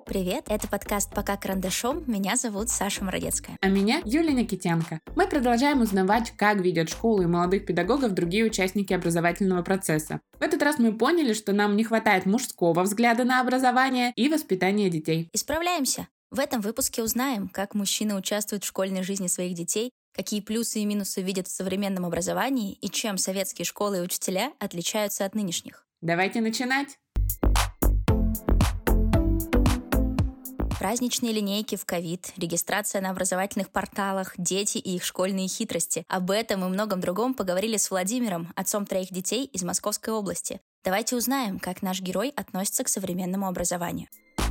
Привет, это подкаст «Пока карандашом». Меня зовут Саша Мородецкая. А меня Юлия Никитенко. Мы продолжаем узнавать, как видят школу и молодых педагогов другие участники образовательного процесса. В этот раз мы поняли, что нам не хватает мужского взгляда на образование и воспитание детей. Исправляемся! В этом выпуске узнаем, как мужчины участвуют в школьной жизни своих детей, какие плюсы и минусы видят в современном образовании и чем советские школы и учителя отличаются от нынешних. Давайте начинать! Праздничные линейки в ковид, регистрация на образовательных порталах, дети и их школьные хитрости. Об этом и многом другом поговорили с Владимиром, отцом 3 детей из Московской области. Давайте узнаем, как наш герой относится к современному образованию.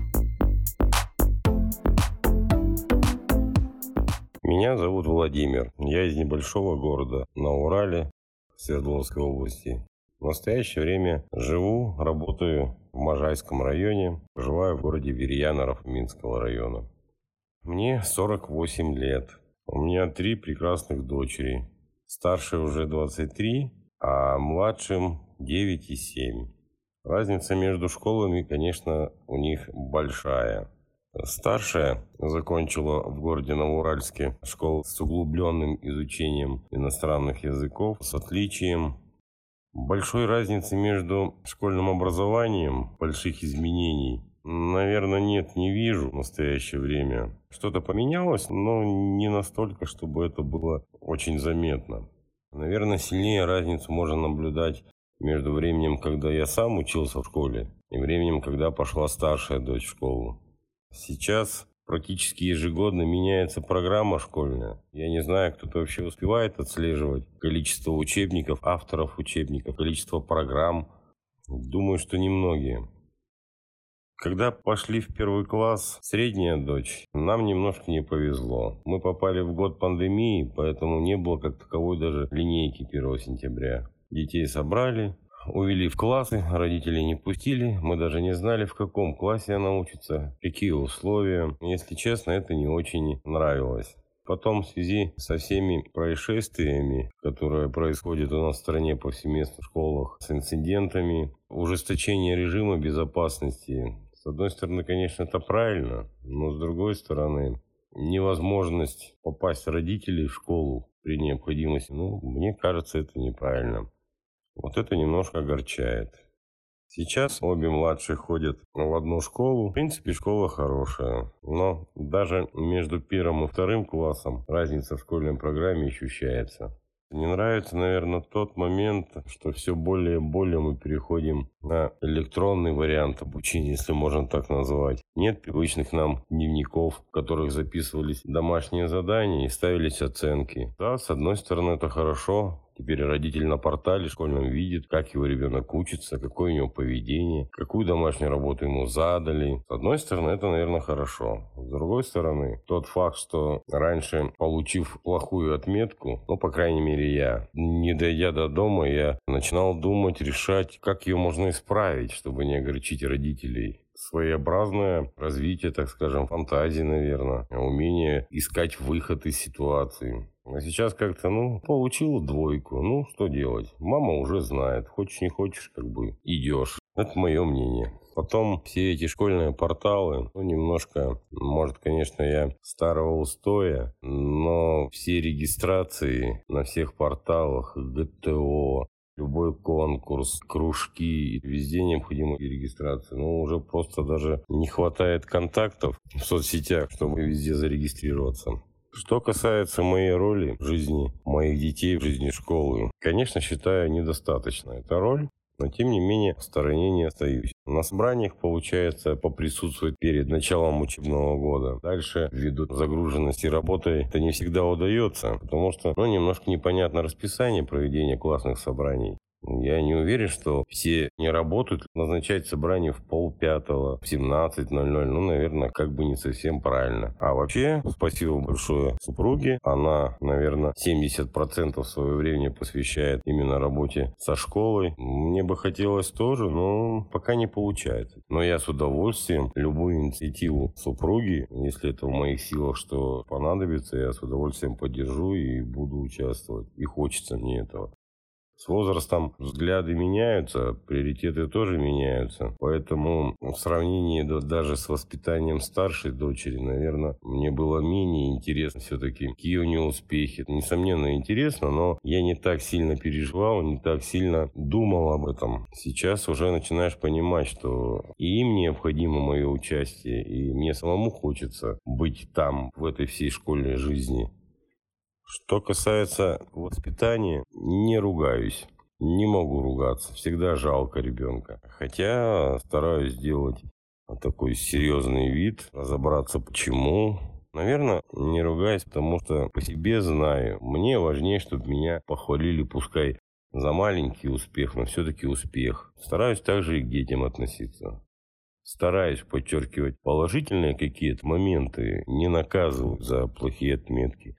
Меня зовут Владимир. Я из небольшого города на Урале, Свердловской области. В настоящее время живу, работаю в Можайском районе, проживаю в городе Верьяново Минского района. Мне 48 лет. У меня 3 прекрасных дочери. Старшей уже 23, а младшим 9 и 7. Разница между школами, конечно, у них большая. Старшая закончила в городе Новоуральске школу с углубленным изучением иностранных языков, с отличием. Большой разницы между школьным образованием, больших изменений, наверное, нет, не вижу в настоящее время. Что-то поменялось, но не настолько, чтобы это было очень заметно. Наверное, сильнее разницу можно наблюдать между временем, когда я сам учился в школе, и временем, когда пошла старшая дочь в школу. Сейчас практически ежегодно меняется программа школьная. Я не знаю, кто-то вообще успевает отслеживать количество учебников, авторов учебников, количество программ. Думаю, что немногие. Когда пошли в 1 класс, средняя дочь, нам немножко не повезло. Мы попали в год пандемии, поэтому не было как таковой даже линейки 1 сентября. Детей собрали, увели в классы, родители не пустили, мы даже не знали, в каком классе она учится, какие условия. Если честно, это не очень нравилось. Потом в связи со всеми происшествиями, которые происходят у нас в стране повсеместно в школах, с инцидентами, ужесточение режима безопасности, с одной стороны, конечно, это правильно, но с другой стороны, невозможность попасть родителей в школу при необходимости, мне кажется, это неправильно. Вот это немножко огорчает. Сейчас обе младшие ходят в одну школу. В принципе, школа хорошая. Но даже между 1 и 2 классом разница в школьной программе ощущается. Мне нравится, наверное, тот момент, что все более и более мы переходим на электронный вариант обучения, если можно так назвать. Нет привычных нам дневников, в которых записывались домашние задания и ставились оценки. Да, с одной стороны, это хорошо. Теперь родитель на портале школьном видит, как его ребенок учится, какое у него поведение, какую домашнюю работу ему задали. С одной стороны, это, наверное, хорошо. С другой стороны, тот факт, что раньше, получив плохую отметку, по крайней мере я, не дойдя до дома, я начинал думать, решать, как ее можно исправить, чтобы не огорчить родителей. Своеобразное развитие, так скажем, фантазии, наверное, умение искать выход из ситуации. А сейчас как-то, получил 2, что делать? Мама уже знает, хочешь не хочешь, идешь. Это мое мнение. Потом все эти школьные порталы, немножко, может, конечно, я старого устоя, но все регистрации на всех порталах, ГТО, любой конкурс, кружки, везде необходима регистрация. Уже просто даже не хватает контактов в соцсетях, чтобы везде зарегистрироваться. Что касается моей роли в жизни моих детей, в жизни школы, конечно, считаю недостаточно эта роль, но тем не менее в стороне не остаюсь. На собраниях получается поприсутствовать перед началом учебного года. Дальше, ввиду загруженности работой, это не всегда удается, потому что немножко непонятно расписание проведения классных собраний. Я не уверен, что все не работают. Назначать собрание в 4:30, в 17:00, наверное, не совсем правильно. А вообще, спасибо большое супруге. Она, наверное, 70% своего времени посвящает именно работе со школой. Мне бы хотелось тоже, но пока не получается. Но я с удовольствием любую инициативу супруги, если это в моих силах, что понадобится, я с удовольствием поддержу и буду участвовать. И хочется мне этого. С возрастом взгляды меняются, приоритеты тоже меняются. Поэтому в сравнении даже с воспитанием старшей дочери, наверное, мне было менее интересно все-таки, какие у нее успехи. Несомненно, интересно, но я не так сильно переживал, не так сильно думал об этом. Сейчас уже начинаешь понимать, что и им необходимо мое участие, и мне самому хочется быть там, в этой всей школьной жизни. Что касается воспитания, не ругаюсь. Не могу ругаться. Всегда жалко ребенка. Хотя стараюсь сделать такой серьезный вид, разобраться почему. Наверное, не ругаюсь, потому что по себе знаю. Мне важнее, чтобы меня похвалили, пускай за маленький успех, но все-таки успех. Стараюсь также и к детям относиться. Стараюсь подчеркивать положительные какие-то моменты, не наказывать за плохие отметки.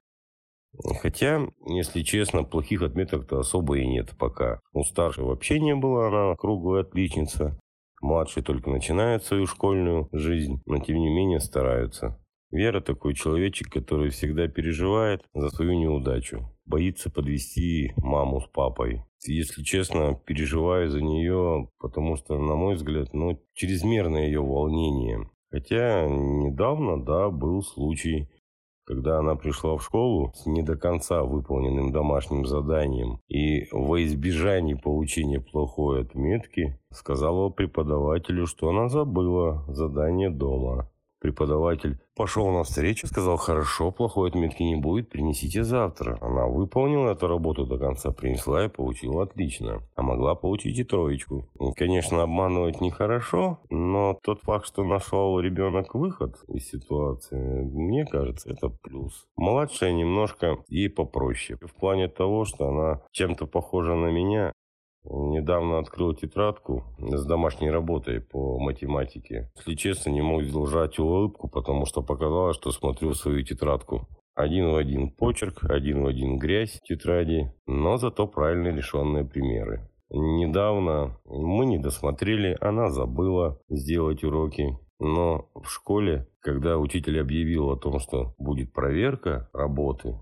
Хотя, если честно, плохих отметок-то особо и нет пока. У старшей вообще не было, она круглая отличница. Младший только начинает свою школьную жизнь, но тем не менее стараются. Вера такой человечек, который всегда переживает за свою неудачу. Боится подвести маму с папой. Если честно, переживаю за нее, потому что, на мой взгляд, чрезмерное ее волнение. Хотя недавно, да, был случай, когда она пришла в школу с не до конца выполненным домашним заданием и во избежание получения плохой отметки сказала преподавателю, что она забыла задание дома. Преподаватель пошел навстречу, сказал: хорошо, плохой отметки не будет, принесите завтра. Она выполнила эту работу до конца, принесла и получила отлично. А могла получить и троечку. Конечно, обманывать нехорошо, но тот факт, что нашел ребенок выход из ситуации, мне кажется, это плюс. Младшая немножко ей попроще. В плане того, что она чем-то похожа на меня. Недавно открыл тетрадку с домашней работой по математике. Если честно, не мог сдержать улыбку, потому что показалось, что смотрю в свою тетрадку. Один в один почерк, один в один грязь в тетради, но зато правильно решенные примеры. Недавно мы не досмотрели, она забыла сделать уроки. Но в школе, когда учитель объявил о том, что будет проверка работы,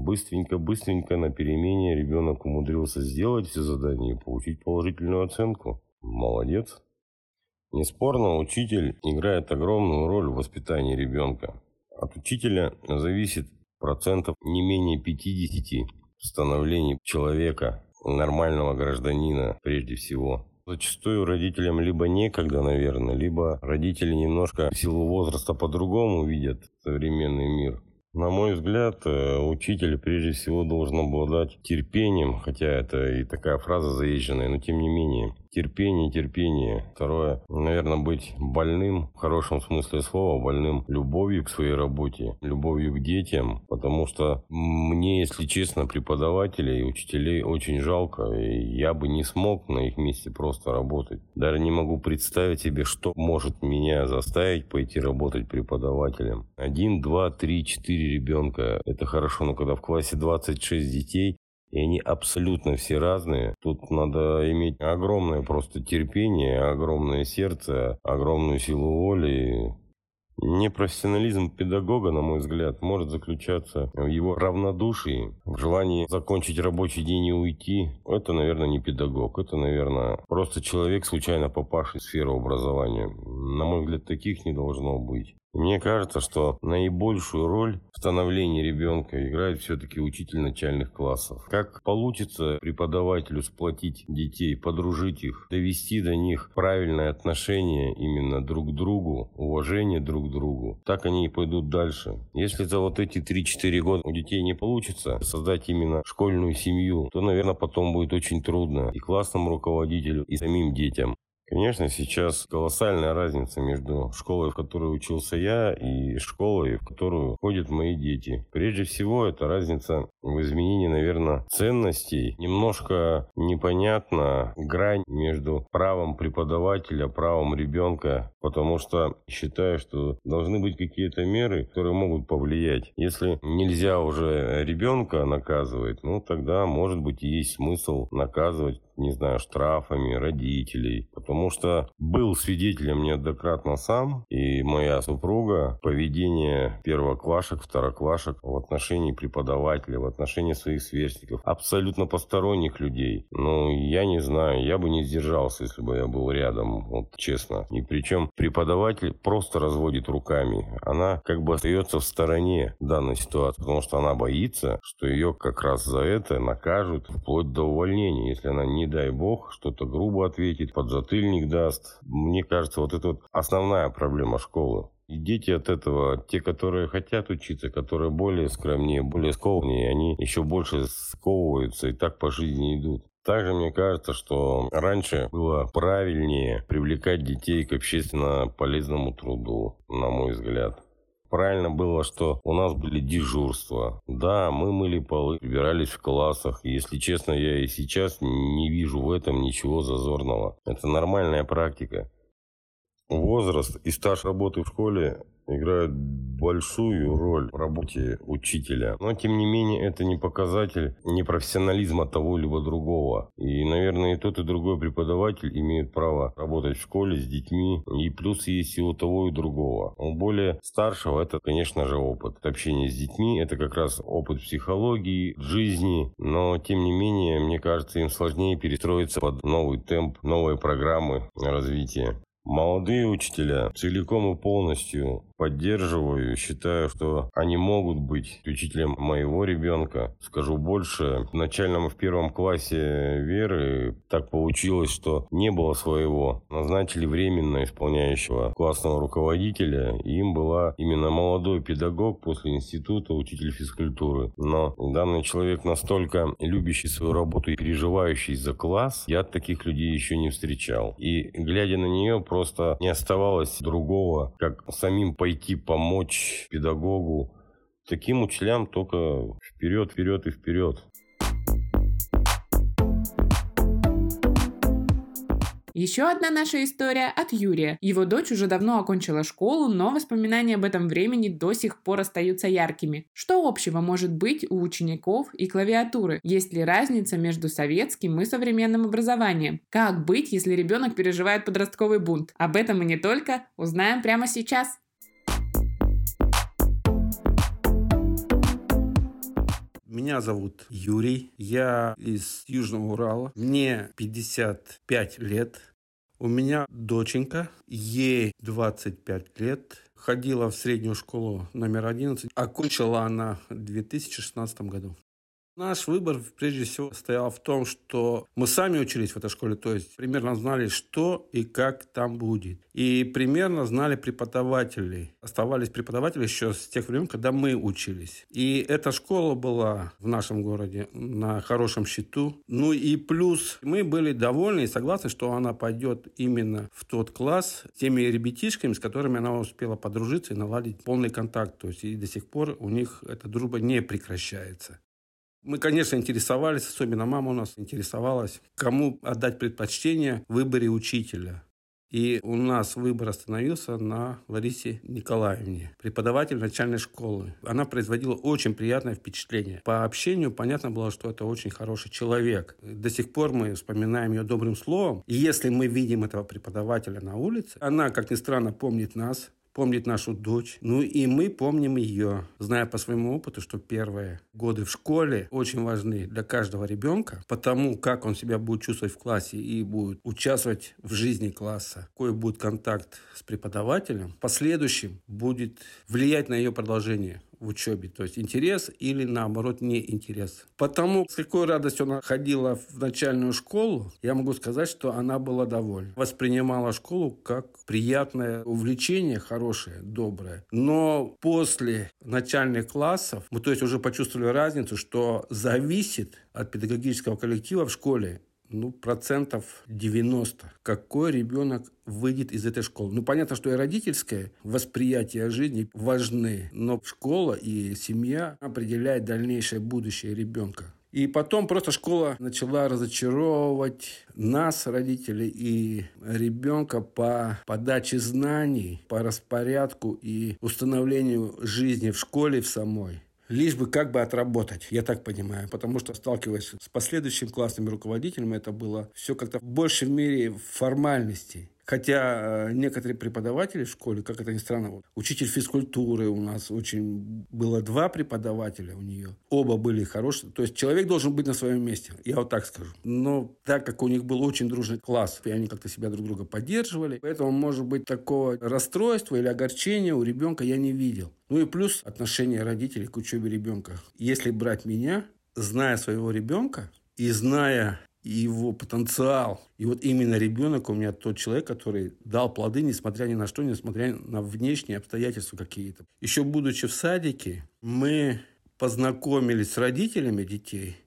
быстренько на перемене ребенок умудрился сделать все задания и получить положительную оценку. Молодец. Неспорно, учитель играет огромную роль в воспитании ребенка. От учителя зависит процентов не менее 50 в становлении человека, нормального гражданина прежде всего. Зачастую родителям либо некогда, наверное, либо родители немножко в силу возраста по-другому видят современный мир. На мой взгляд, учитель прежде всего должен обладать терпением, хотя это и такая фраза заезженная, но тем не менее. Терпение. Второе, наверное, быть больным, в хорошем смысле слова, больным любовью к своей работе, любовью к детям, потому что мне, если честно, преподавателей и учителей очень жалко, и я бы не смог на их месте просто работать. Даже не могу представить себе, что может меня заставить пойти работать преподавателем. 1, 2, 3, 4 ребенка, это хорошо, но когда в классе 26 детей, и они абсолютно все разные. Тут надо иметь огромное просто терпение, огромное сердце, огромную силу воли. Непрофессионализм педагога, на мой взгляд, может заключаться в его равнодушии, в желании закончить рабочий день и уйти. Это, наверное, не педагог. Это, наверное, просто человек, случайно попавший в сферу образования. На мой взгляд, таких не должно быть. Мне кажется, что наибольшую роль в становлении ребенка играет все-таки учитель начальных классов. Как получится преподавателю сплотить детей, подружить их, довести до них правильное отношение именно друг к другу, уважение друг к другу, так они и пойдут дальше. Если за вот эти 3-4 года у детей не получится создать именно школьную семью, то, наверное, потом будет очень трудно и классному руководителю, и самим детям. Конечно, сейчас колоссальная разница между школой, в которой учился я, и школой, в которую ходят мои дети. Прежде всего, это разница в изменении, наверное, ценностей. Немножко непонятна грань между правом преподавателя, правом ребенка, потому что считаю, что должны быть какие-то меры, которые могут повлиять. Если нельзя уже ребенка наказывать, тогда, может быть, есть смысл наказывать. не знаю, штрафами родителей. Потому что был свидетелем неоднократно сам и моя супруга поведения первоклашек, второклашек в отношении преподавателей, в отношении своих сверстников, абсолютно посторонних людей. Ну, я не знаю, я бы не сдержался, если бы я был рядом, вот честно. И причем преподаватель просто разводит руками. Она как бы остается в стороне данной ситуации, потому что она боится, что ее как раз за это накажут вплоть до увольнения, если она, не дай бог, что-то грубо ответит, подзатыльник даст. Мне кажется, вот это вот основная проблема школы. И дети от этого, те, которые хотят учиться, которые более скромнее, более скованнее, они еще больше сковываются и так по жизни идут. Также мне кажется, что раньше было правильнее привлекать детей к общественно полезному труду, на мой взгляд. Правильно было, что у нас были дежурства. Да, мы мыли полы, убирались в классах. Если честно, я и сейчас не вижу в этом ничего зазорного. Это нормальная практика. Возраст и стаж работы в школе играют большую роль в работе учителя. Но, тем не менее, это не показатель непрофессионализма того либо другого. И, наверное, и тот, и другой преподаватель имеют право работать в школе с детьми. И плюс есть и у того, и другого. У более старшего это, конечно же, опыт. Общение с детьми – это как раз опыт психологии, жизни. Но, тем не менее, мне кажется, им сложнее перестроиться под новый темп, новые программы развития. Молодые учителя целиком и полностью поддерживаю, считаю, что они могут быть учителем моего ребенка. Скажу больше, в начальном и в первом классе Веры так получилось, что не было своего. Назначили временно исполняющего классного руководителя, и им была именно молодой педагог после института, учитель физкультуры. Но данный человек настолько любящий свою работу и переживающий за класс, я таких людей еще не встречал. И глядя на нее, просто не оставалось другого, как самим пойти помочь педагогу. Таким учителям только вперед, вперед и вперед. Еще одна наша история от Юрия. Его дочь уже давно окончила школу, но воспоминания об этом времени до сих пор остаются яркими. Что общего может быть у учеников и клавиатуры? Есть ли разница между советским и современным образованием? Как быть, если ребенок переживает подростковый бунт? Об этом и не только узнаем прямо сейчас. Меня зовут Юрий, я из Южного Урала, мне 55 лет, у меня доченька, ей 25 лет, ходила в среднюю школу номер 11, окончила она в 2016 году. Наш выбор, прежде всего, стоял в том, что мы сами учились в этой школе, то есть примерно знали, что и как там будет. И примерно знали преподавателей. Оставались преподаватели еще с тех времен, когда мы учились. И эта школа была в нашем городе на хорошем счету. Ну и плюс мы были довольны и согласны, что она пойдет именно в тот класс с теми ребятишками, с которыми она успела подружиться и наладить полный контакт. То есть и до сих пор у них эта дружба не прекращается. Мы, конечно, интересовались, особенно мама у нас интересовалась, кому отдать предпочтение в выборе учителя. И у нас выбор остановился на Ларисе Николаевне, преподаватель начальной школы. Она производила очень приятное впечатление. По общению понятно было, что это очень хороший человек. До сих пор мы вспоминаем ее добрым словом. И если мы видим этого преподавателя на улице, она, как ни странно, помнит нас, помнит нашу дочь. Ну и мы помним ее, зная по своему опыту, что первые годы в школе очень важны для каждого ребенка, потому как он себя будет чувствовать в классе и будет участвовать в жизни класса, какой будет контакт с преподавателем, в последующем будет влиять на ее продолжение в учебе, то есть интерес или наоборот не интерес. Потому с какой радостью она ходила в начальную школу, я могу сказать, что она была довольна. Воспринимала школу как приятное увлечение, хорошее, доброе. Но после начальных классов мы, то есть, уже почувствовали разницу, что зависит от педагогического коллектива в школе процентов 90. Какой ребенок выйдет из этой школы? Понятно, что и родительское восприятие жизни важны, но школа и семья определяют дальнейшее будущее ребенка. И потом просто школа начала разочаровывать нас, родителей, и ребенка по подаче знаний, по распорядку и установлению жизни в школе в самой. лишь бы как бы отработать, я так понимаю. Потому что, сталкиваясь с последующими классными руководителями, это было все как-то в большей мере формальностей. Хотя некоторые преподаватели в школе, как это ни странно, вот, учитель физкультуры у нас очень... Было 2 преподавателя у нее. Оба были хорошие. То есть человек должен быть на своем месте. Я вот так скажу. Но так как у них был очень дружный класс, и они как-то себя друг друга поддерживали, поэтому, может быть, такого расстройства или огорчения у ребенка я не видел. Ну и плюс отношение родителей к учебе ребенка. Если брать меня, зная своего ребенка и зная его потенциал. И вот именно ребенок у меня тот человек, который дал плоды, несмотря ни на что, несмотря на внешние обстоятельства какие-то. Еще будучи в садике, мы познакомились с родителями детей,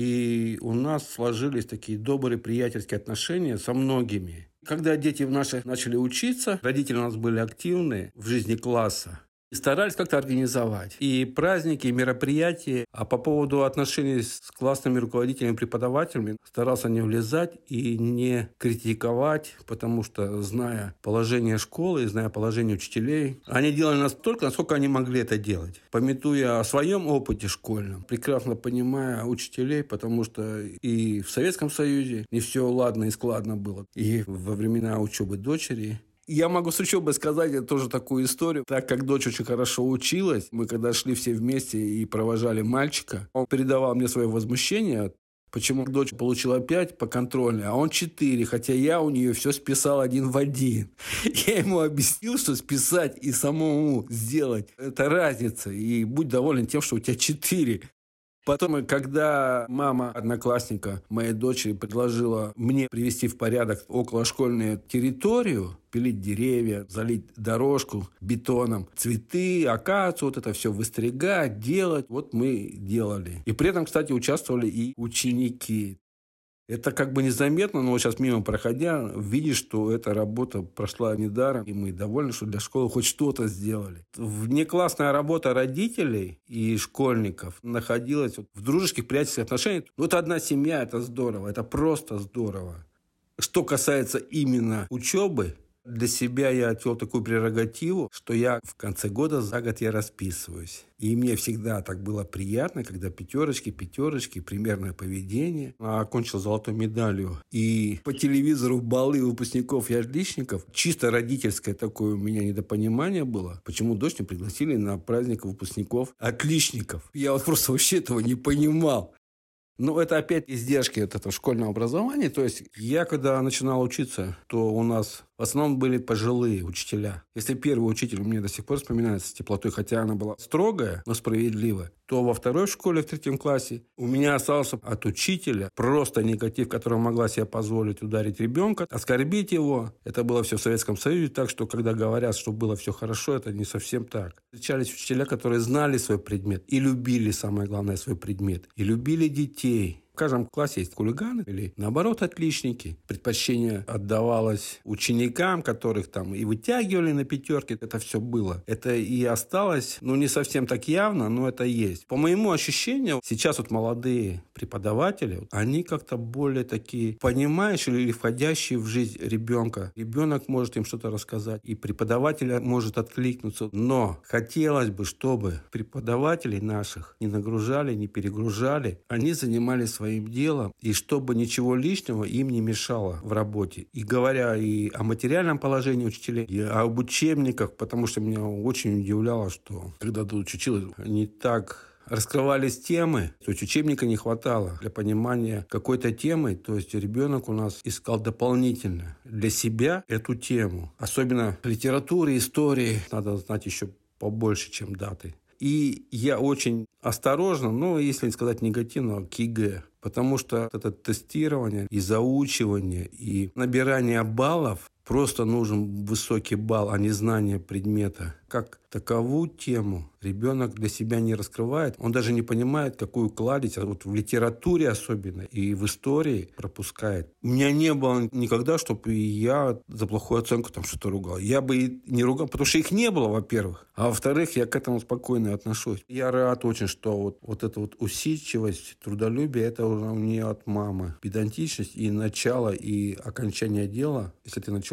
и у нас сложились такие добрые приятельские отношения со многими. Когда дети наши начали учиться, родители у нас были активны в жизни класса. И старались как-то организовать и праздники, и мероприятия. А по поводу отношений с классными руководителями, преподавателями, старался не влезать и не критиковать, потому что, зная положение школы и зная положение учителей, они делали настолько, насколько они могли это делать. Памятуя о своем опыте школьном, прекрасно понимая учителей, потому что и в Советском Союзе не все ладно и складно было, и во времена учебы дочери. Я могу с учебы сказать тоже такую историю. Так как дочь очень хорошо училась, мы когда шли все вместе и провожали мальчика, он передавал мне свое возмущение, почему дочь получила 5 по контрольной, а он 4, хотя я у нее все списал 1 в 1. Я ему объяснил, что списать и самому сделать – это разница, и будь доволен тем, что у тебя 4. Потом, когда мама одноклассника моей дочери предложила мне привести в порядок околошкольную территорию, пилить деревья, залить дорожку бетоном, цветы, акацию, вот это все выстригать, делать, вот мы делали. И при этом, кстати, участвовали и ученики. Это как бы незаметно, но вот сейчас мимо проходя, видишь, что эта работа прошла недаром, и мы довольны, что для школы хоть что-то сделали. Внеклассная работа родителей и школьников находилась в дружеских, приятельских отношениях. Вот одна семья, это здорово, это просто здорово. Что касается именно учебы, для себя я отвел такую прерогативу, что я в конце года за год я расписываюсь. И мне всегда так было приятно, когда пятерочки, примерное поведение. Окончил золотой медалью. И по телевизору баллы выпускников и отличников. Чисто родительское такое у меня недопонимание было. Почему дочь не пригласили на праздник выпускников отличников? Я вот просто вообще этого не понимал. Но это опять издержки от этого школьного образования. То есть я, когда начинал учиться, то у нас в основном были пожилые учителя. Если первый учитель мне до сих пор вспоминается с теплотой, хотя она была строгая, но справедливая, то во второй школе, в 3 классе, у меня остался от учителя просто негатив, который могла себе позволить ударить ребенка, оскорбить его. Это было все в Советском Союзе, так что, когда говорят, что было все хорошо, это не совсем так. Встречались учителя, которые знали свой предмет и любили, самое главное, свой предмет, и любили детей. В каждом классе есть хулиганы или, наоборот, отличники. Предпочтение отдавалось ученикам, которых там и вытягивали на 5. Это все было. Это и осталось, не совсем так явно, но это есть. По моему ощущению, сейчас вот молодые преподаватели, они как-то более такие понимающие или входящие в жизнь ребенка. Ребенок может им что-то рассказать, и преподаватель может откликнуться. Но хотелось бы, чтобы преподавателей наших не нагружали, не перегружали. Они занимались своим делом, и чтобы ничего лишнего им не мешало в работе. И говоря и о материальном положении учителей, и об учебниках, потому что меня очень удивляло, что когда дочь училась, не так раскрывались темы, то есть учебника не хватало для понимания какой-то темы, то есть ребенок у нас искал дополнительно для себя эту тему. Особенно в литературе, истории надо знать еще побольше, чем даты. И я очень осторожно, если не сказать негативно, к ЕГЭ. Потому что это тестирование и заучивание, и набирание баллов, просто нужен высокий балл, а не знание предмета. Как таковую тему ребенок для себя не раскрывает. Он даже не понимает, какую кладезь, вот в литературе особенно и в истории пропускает. У меня не было никогда, чтобы я за плохую оценку там что-то ругал. Я бы и не ругал, потому что их не было, во-первых. А во-вторых, я к этому спокойно отношусь. Я рад очень, что вот эта вот усидчивость, трудолюбие, это уже у нее от мамы. Педантичность и начало, и окончание дела. Если ты начала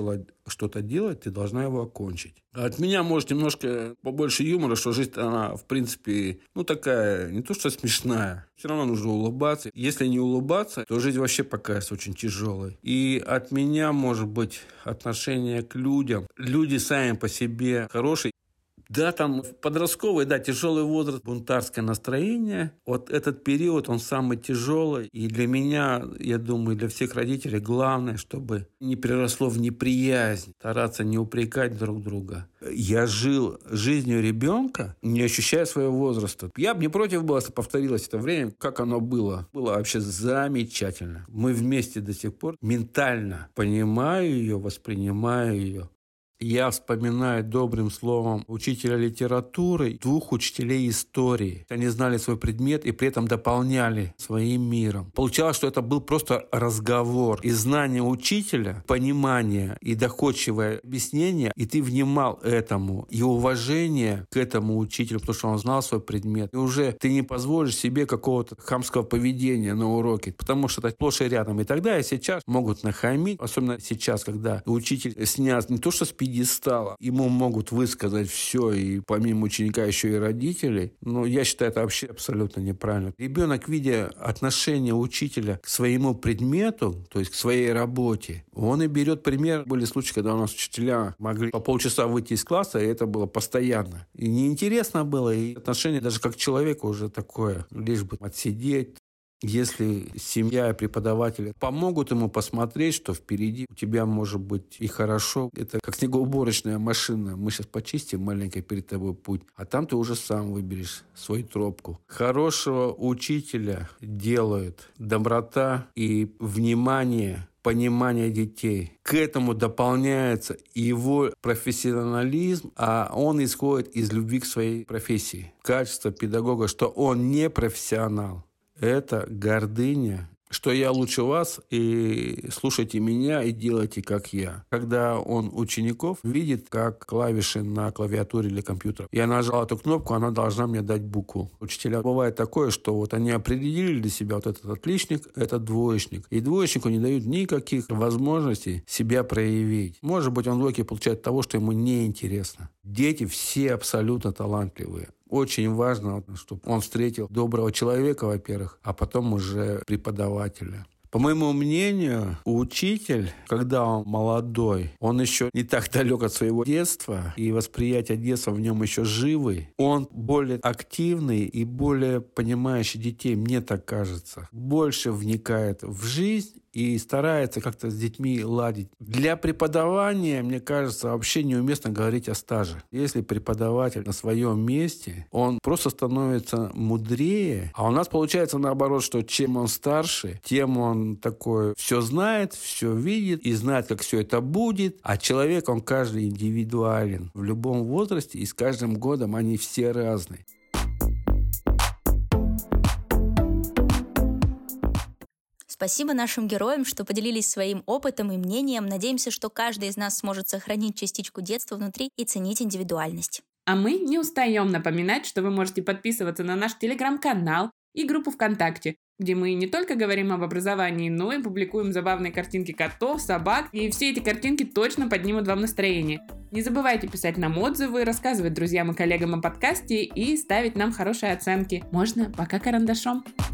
что-то делать, ты должна его окончить. А от меня, может, немножко побольше юмора, что жизнь, она, в принципе, такая, не то что смешная. Все равно нужно улыбаться. Если не улыбаться, то жизнь вообще покажется очень тяжелой. И от меня, может быть, отношение к людям. Люди сами по себе хорошие. Да, там подростковый, тяжелый возраст, бунтарское настроение. Вот этот период, он самый тяжелый. И для меня, я думаю, для всех родителей главное, чтобы не переросло в неприязнь, стараться не упрекать друг друга. Я жил жизнью ребенка, не ощущая своего возраста. Я бы не против был, если повторилось это время, как оно было. Было вообще замечательно. Мы вместе до сих пор ментально понимаю ее, воспринимаю ее. Я вспоминаю добрым словом учителя литературы, 2 учителей истории. Они знали свой предмет и при этом дополняли своим миром. Получалось, что это был просто разговор. И знание учителя, понимание и доходчивое объяснение, и ты внимал этому. И уважение к этому учителю, потому что он знал свой предмет. И уже ты не позволишь себе какого-то хамского поведения на уроке, потому что это сплошь и рядом. И тогда и сейчас могут нахамить, особенно сейчас, когда учитель снят не то что с пьедестала, ему могут высказать все, и помимо ученика еще и родителей. Но я считаю, это вообще абсолютно неправильно. Ребенок, видя отношение учителя к своему предмету, то есть к своей работе, он и берет пример. Были случаи, когда у нас учителя могли по полчаса выйти из класса, и это было постоянно. И неинтересно было, и отношение даже как к человеку уже такое, лишь бы отсидеть. Если семья и преподаватели помогут ему посмотреть, что впереди у тебя может быть и хорошо, это как снегоуборочная машина. Мы сейчас почистим маленько перед тобой путь, а там ты уже сам выберешь свою тропку. Хорошего учителя делают доброта и внимание, понимание детей. К этому дополняется его профессионализм, а он исходит из любви к своей профессии. Качество педагога, что он не профессионал. Это гордыня, что я лучше вас, и слушайте меня, и делайте, как я. Когда он учеников видит, как клавиши на клавиатуре или компьютере. Я нажал эту кнопку, она должна мне дать букву. Учителя бывает такое, что вот они определили для себя вот этот отличник, этот двоечник. И двоечнику не дают никаких возможностей себя проявить. Может быть, он двойки получает от того, что ему неинтересно. Дети все абсолютно талантливые. Очень важно, чтобы он встретил доброго человека, во-первых, а потом уже преподавателя. По моему мнению, учитель, когда он молодой, он еще не так далек от своего детства, и восприятие детства в нем еще живы. Он более активный и более понимающий детей, мне так кажется. Больше вникает в жизнь и старается как-то с детьми ладить. Для преподавания, мне кажется, вообще неуместно говорить о стаже. Если преподаватель на своем месте, он просто становится мудрее. А у нас получается наоборот, что чем он старше, тем он такой все знает, все видит и знает, как все это будет. А человек, он каждый индивидуален в любом возрасте, и с каждым годом они все разные. Спасибо нашим героям, что поделились своим опытом и мнением. Надеемся, что каждый из нас сможет сохранить частичку детства внутри и ценить индивидуальность. А мы не устаем напоминать, что вы можете подписываться на наш телеграм-канал и группу ВКонтакте, где мы не только говорим об образовании, но и публикуем забавные картинки котов, собак, и все эти картинки точно поднимут вам настроение. Не забывайте писать нам отзывы, рассказывать друзьям и коллегам о подкасте и ставить нам хорошие оценки. Можно пока карандашом.